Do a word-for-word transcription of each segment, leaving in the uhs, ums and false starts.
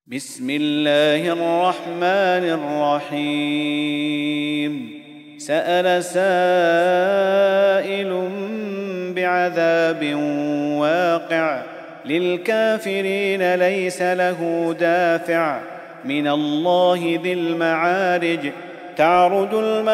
بسم الله الرحمن الرحيم سأل سائل بعذاب واقع للكافرين ليس له دافع من الله ذي المعارج تعرج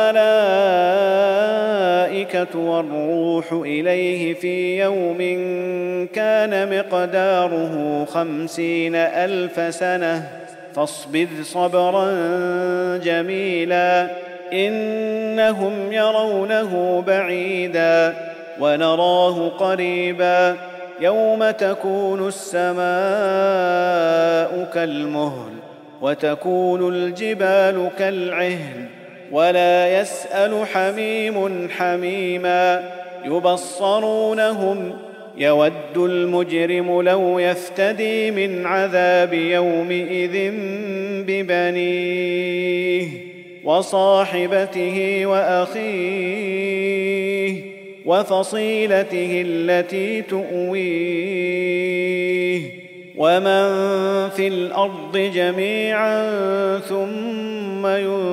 الملائكة والروح إليه في يوم كان مقداره خمسين ألف سنة فاصبر صبرا جميلا إنهم يرونه بعيدا ونراه قريبا يوم تكون السماء كالمهل وتكون الجبال كالعهن ولا يسأل حميم حميما يبصرونهم يود المجرم لو يفتدي من عذاب يومئذ ببنيه وصاحبته وأخيه وفصيلته التي تؤويه ومن في الأرض جميعا ثم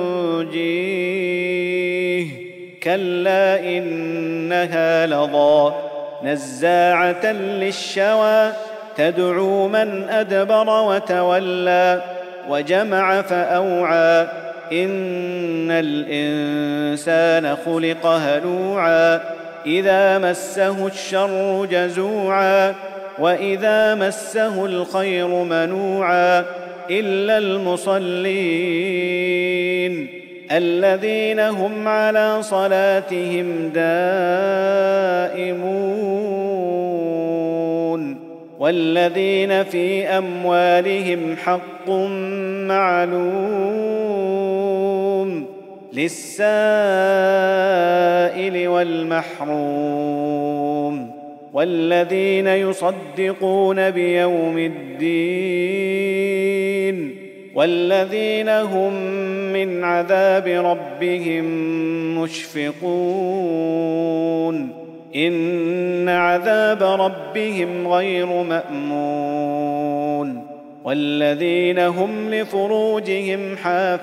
ينجيه كلا إنها لظى نزاعة للشوى تدعو من أدبر وتولى وجمع فأوعى إن الإنسان خلق هلوعا إذا مسه الشر جزوعا وإذا مسه الخير منوعا إلا المصلين الذين هم على صلاتهم دائمون والذين في أموالهم حق معلوم للسائل والمحروم والذين يصدقون بيوم الدين والذين هم من عذاب ربهم مشفقون إن عذاب ربهم غير مأمون والذين هم لفروجهم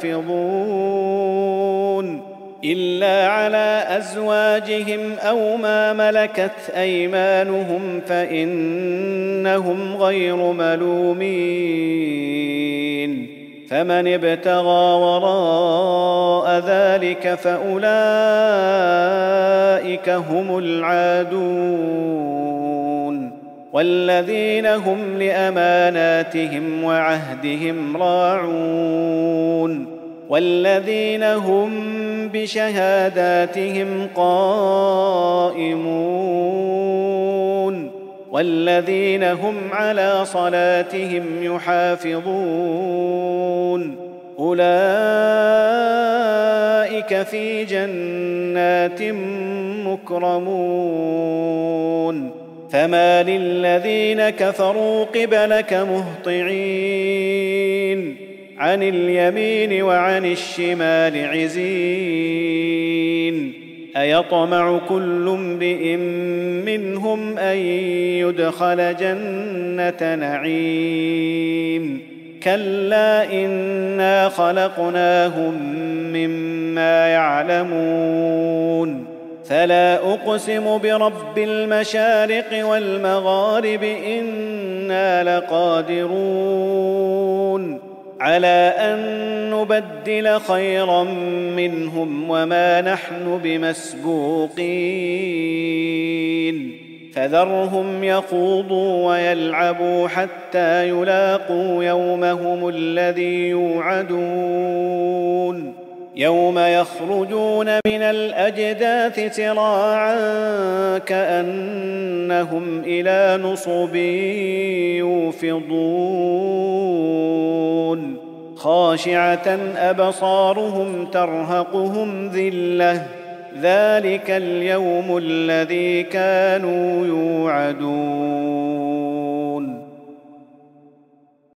حافظون إلا على أزواجهم أو ما ملكت أيمانهم فإنهم غير ملومين فمن ابتغى وراء ذلك فأولئك هم العادون والذين هم لأماناتهم وعهدهم راعون والذين هم بشهاداتهم قائمون والذين هم على صلاتهم يحافظون أولئك في جنات مكرمون فما للذين كفروا قبلك مهطعين عن اليمين وعن الشمال عزين أيطمع كل امرئ منهم أن يدخل جنة نعيم كلا إنا خلقناهم مما يعلمون فلا أقسم برب المشارق والمغارب إنا لقادرون على أن نبدل خيرا منهم وما نحن بمسبوقين فذرهم يخوضوا ويلعبوا حتى يلاقوا يومهم الذي يوعدون يوم يخرجون من الأجداث سراعا كأنهم إلى نصب يوفضون خاشعة أبصارهم ترهقهم ذلة ذلك اليوم الذي كانوا يوعدون